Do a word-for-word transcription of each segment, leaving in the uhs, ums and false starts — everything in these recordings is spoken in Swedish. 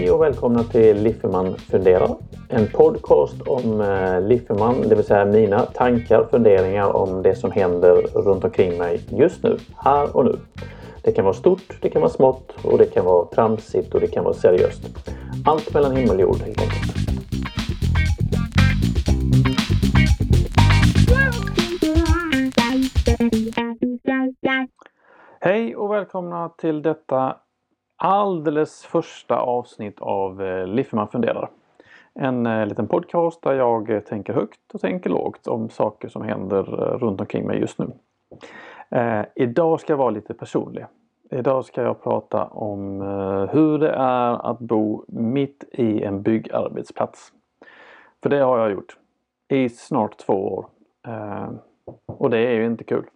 Hej och välkomna till Liffeman funderar. En podcast om eh, Liffeman, det vill säga mina tankar, funderingar om det som händer runt omkring mig just nu, här och nu. Det kan vara stort, det kan vara smått och det kan vara tramsigt och det kan vara seriöst. Allt mellan himmel och jord helt enkelt. Hej och välkomna till detta alldeles första avsnitt av eh, Liffeman funderar. En eh, liten podcast där jag eh, tänker högt och tänker lågt om saker som händer eh, runt omkring mig just nu. Eh, idag ska jag vara lite personlig. Idag ska jag prata om eh, hur det är att bo mitt i en byggarbetsplats. För det har jag gjort i snart två år. Eh, och det är ju inte kul.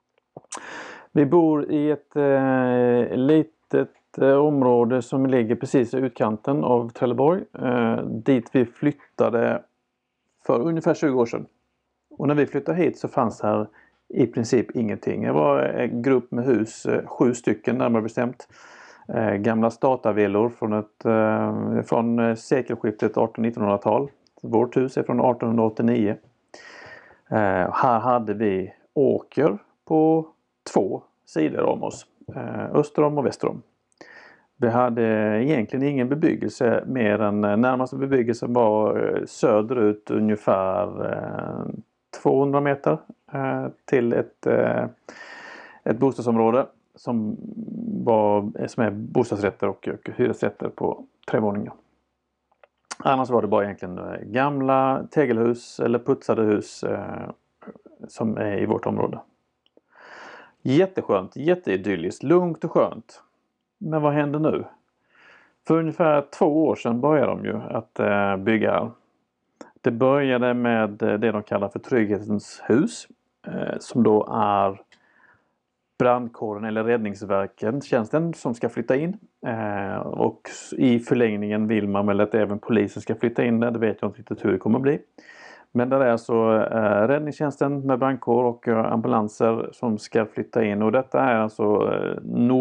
Vi bor i ett eh, litet eh, område som ligger precis i utkanten av Trelleborg. Eh, dit vi flyttade för ungefär tjugo år sedan. Och när vi flyttade hit så fanns här i princip ingenting. Det var en grupp med hus, eh, sju stycken närmare bestämt. Eh, gamla statavillor från, ett, eh, från sekelskiftet arton-nittonhundratal. Vårt hus är från arton åttionio. Eh, här hade vi åker på två sidor om oss, öster om och väster om. Vi hade egentligen ingen bebyggelse mer än närmaste bebyggelsen var söderut ungefär tvåhundra meter till ett, ett bostadsområde som, var, som är bostadsrätter och hyresrätter på tre våningar. Annars var det bara egentligen gamla tegelhus eller putsade hus som är i vårt område. Jätteskönt, jätteidylliskt, lugnt och skönt. Men vad händer nu? För ungefär två år sedan började de ju att eh, bygga. Det började med det de kallar för Trygghetens hus. Eh, som då är brandkåren eller räddningsverken, tjänsten som ska flytta in. Eh, och i förlängningen vill man väl att även polisen ska flytta in där. Det vet jag inte riktigt hur det kommer att bli. Men det är alltså eh, räddningstjänsten med brandkår och eh, ambulanser som ska flytta in. Och detta är alltså eh,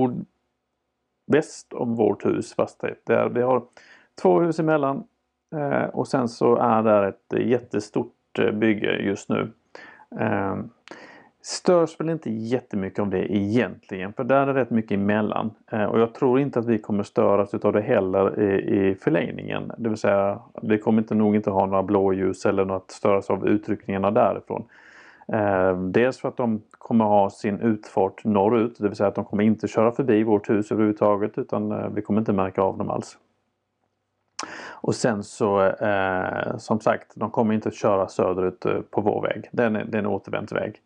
nordväst om vårt hus fastighet. Där vi har två hus emellan. Eh, och sen så är det ett jättestort eh, bygge just nu. Eh, störs väl inte jättemycket om det egentligen. För där är det rätt mycket emellan. Eh, och jag tror inte att vi kommer störas utav det heller i, i förlängningen. Det vill säga vi kommer inte nog inte ha några blåljus eller något störas av utryckningarna därifrån. Eh, dels för att de kommer ha sin utfart norrut. Det vill säga att de kommer inte köra förbi vårt hus överhuvudtaget. Utan eh, vi kommer inte märka av dem alls. Och sen så eh, som sagt de kommer inte köra söderut eh, på vår väg. Det är, det är en återvänd väg.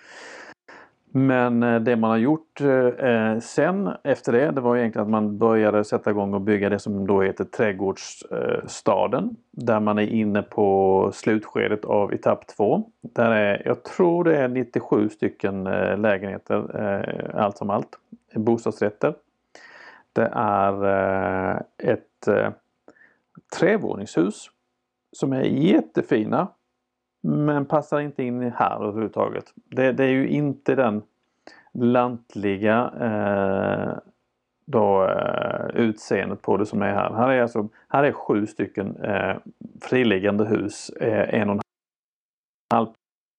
Men det man har gjort eh, sen efter det, det var egentligen att man började sätta igång och bygga det som då heter Trädgårdsstaden. Eh, där man är inne på slutskedet av etapp två. Där är, jag tror det är nittiosju stycken eh, lägenheter, eh, allt som allt, bostadsrätter. Det är eh, ett eh, trevåningshus som är jättefina. Men passar inte in här överhuvudtaget. Det, det är ju inte den lantliga eh, då, eh, utseendet på det som är här. Här är, alltså, här är sju stycken eh, friliggande hus. Eh, en och en halv.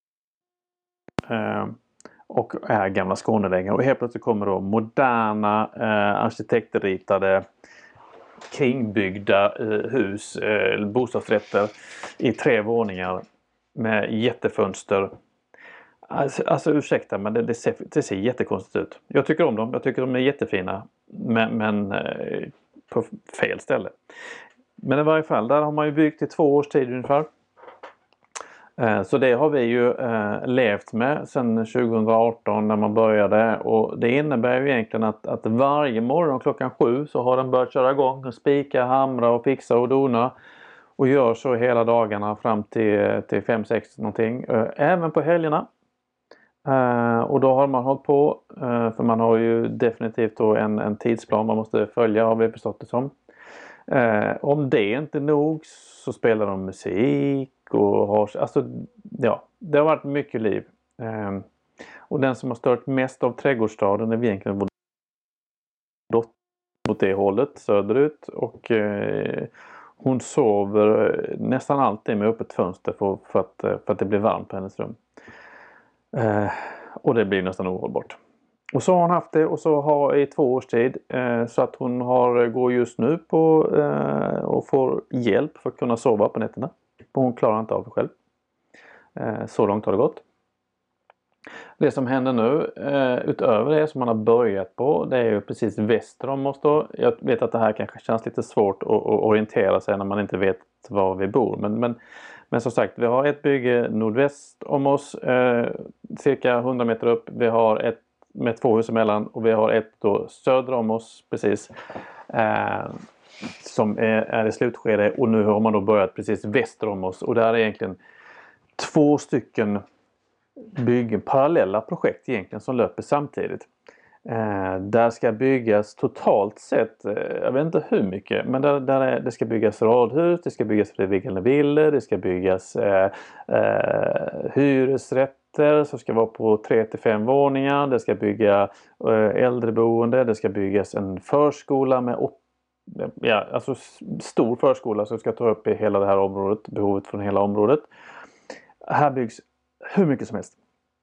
Eh, och är gamla Skånelängor. Och helt plötsligt kommer då moderna eh, arkitektritade kringbyggda eh, hus, eh, bostadsrätter i tre våningar. Med jättefönster. Alltså, alltså ursäkta men det, det, ser, det ser jättekonstigt ut. Jag tycker om dem. Jag tycker de är jättefina. Men, men eh, på fel ställe. Men i varje fall. Där har man ju byggt i två års tid ungefär. Eh, så det har vi ju eh, levt med sedan tjugo arton när man började. Och det innebär ju egentligen att, att varje morgon klockan sju så har den börjat köra igång. Och spika, hamra och fixa och dona. Och gör så hela dagarna fram till, till fem sex någonting. Även på helgerna. Uh, och då har man hållit på. Uh, för man har ju definitivt då en, en tidsplan man måste följa, har vi förstått det som. Uh, om det inte är nog så spelar de musik. Och har, alltså, ja, det har varit mycket liv. Uh, och den som har stört mest av trädgårdsstaden är egentligen vår dotter. mot det hållet söderut och eh, hon sover nästan alltid med öppet fönster för, för, att, för att det blir varmt på hennes rum. Eh, och det blir nästan ohållbart. Och så har hon haft det och så har i två års tid eh, så att hon har, går just nu på eh, och får hjälp för att kunna sova på nätterna. Och hon klarar inte av det själv. Eh, så långt har det gått. Det som händer nu eh, utöver det som man har börjat på, det är ju precis väster om oss då. Jag vet att det här kanske känns lite svårt att, att orientera sig när man inte vet var vi bor. Men, men, men som sagt, vi har ett bygge nordväst om oss, eh, cirka hundra meter upp. Vi har ett med två hus emellan och vi har ett då söder om oss precis. Eh, som är, är i slutskede och nu har man då börjat precis väster om oss. Och där är egentligen två stycken byggen, parallella projekt egentligen som löper samtidigt. Eh, där ska byggas totalt sett, eh, jag vet inte hur mycket, men där, där är, det ska byggas radhus, det ska byggas friliggande villor, det ska byggas eh, eh, hyresrätter som ska vara på tre till fem våningar, det ska bygga eh, äldreboende, det ska byggas en förskola med åt, ja, alltså stor förskola som ska ta upp i hela det här området, behovet från hela området. Här byggs hur mycket som helst.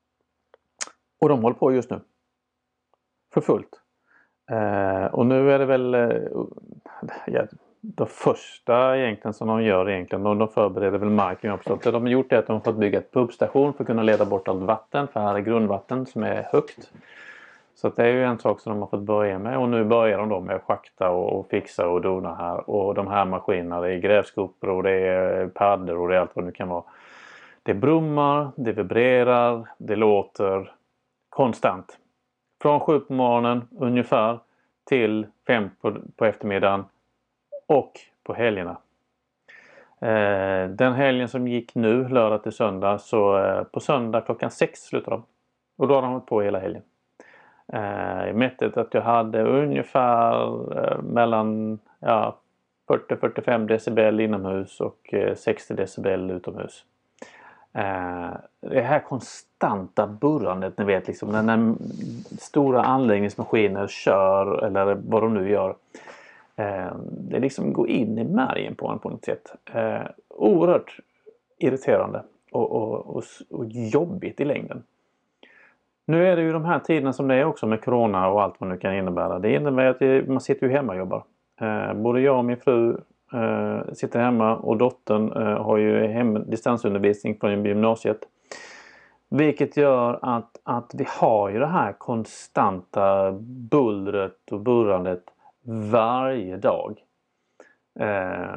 Och de håller på just nu. För fullt. Eh, och nu är det väl eh, ja, det första egentligen som de gör egentligen. De, de förbereder väl marken. Jag förstått. Det de har gjort är att de har fått bygga ett pumpstation för att kunna leda bort allt vatten. För här är grundvatten som är högt. Så att det är ju en sak som de har fått börja med. Och nu börjar de då med att schakta och, och fixa och dona här. Och de här maskinerna, det är grävskopor och det är paddor och det är allt vad det kan vara. Det brummar, det vibrerar, det låter konstant. Från sju på morgonen ungefär till fem på, på eftermiddagen och på helgerna. Eh, den helgen som gick nu, lördag till söndag, så eh, på söndag klockan sex slutar de. Och då har de hållit på hela helgen. Eh, jag mätte att jag hade ungefär eh, mellan ja, fyrtio till fyrtiofem decibel inomhus och eh, sextio decibel utomhus. Eh, det här konstanta burrandet, ni vet liksom när, när stora anläggningsmaskiner kör eller vad de nu gör. Eh, det liksom går in i märgen på en på något sätt. Eh, oerhört irriterande och, och, och, och jobbigt i längden. Nu är det ju de här tiderna som det är också med corona och allt vad det kan innebära. Det innebär att man sitter ju hemma och jobbar. Eh, både jag och min fru Uh, sitter hemma och dottern uh, har ju hem, distansundervisning från gymnasiet. Vilket gör att, att vi har ju det här konstanta bullret och burrandet varje dag. Uh,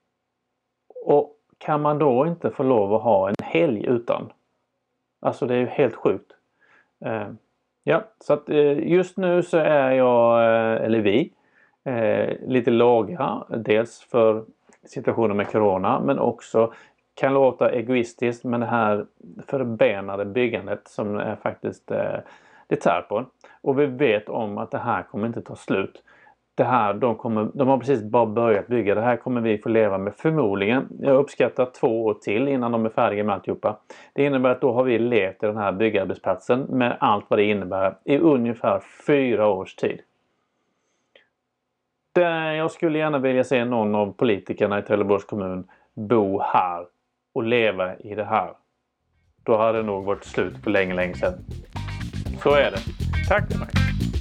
och kan man då inte få lov att ha en helg utan? Alltså det är ju helt sjukt. Uh, ja, så att uh, just nu så är jag, uh, eller vi, Eh, lite låga, dels för situationen med corona men också kan låta egoistiskt men det här förbenade byggandet som är faktiskt eh, det tär på en. Och vi vet om att det här kommer inte ta slut. Det här, de, kommer, de har precis bara börjat bygga. Det här kommer vi få leva med förmodligen. Jag uppskattar två år till innan de är färdiga med alltihopa. Det innebär att då har vi levt i den här byggarbetsplatsen med allt vad det innebär i ungefär fyra års tid. Jag skulle gärna vilja se någon av politikerna i Trelleborgs kommun bo här och leva i det här. Då hade det nog varit slut på länge, länge sedan. Så är det. Tack för mig.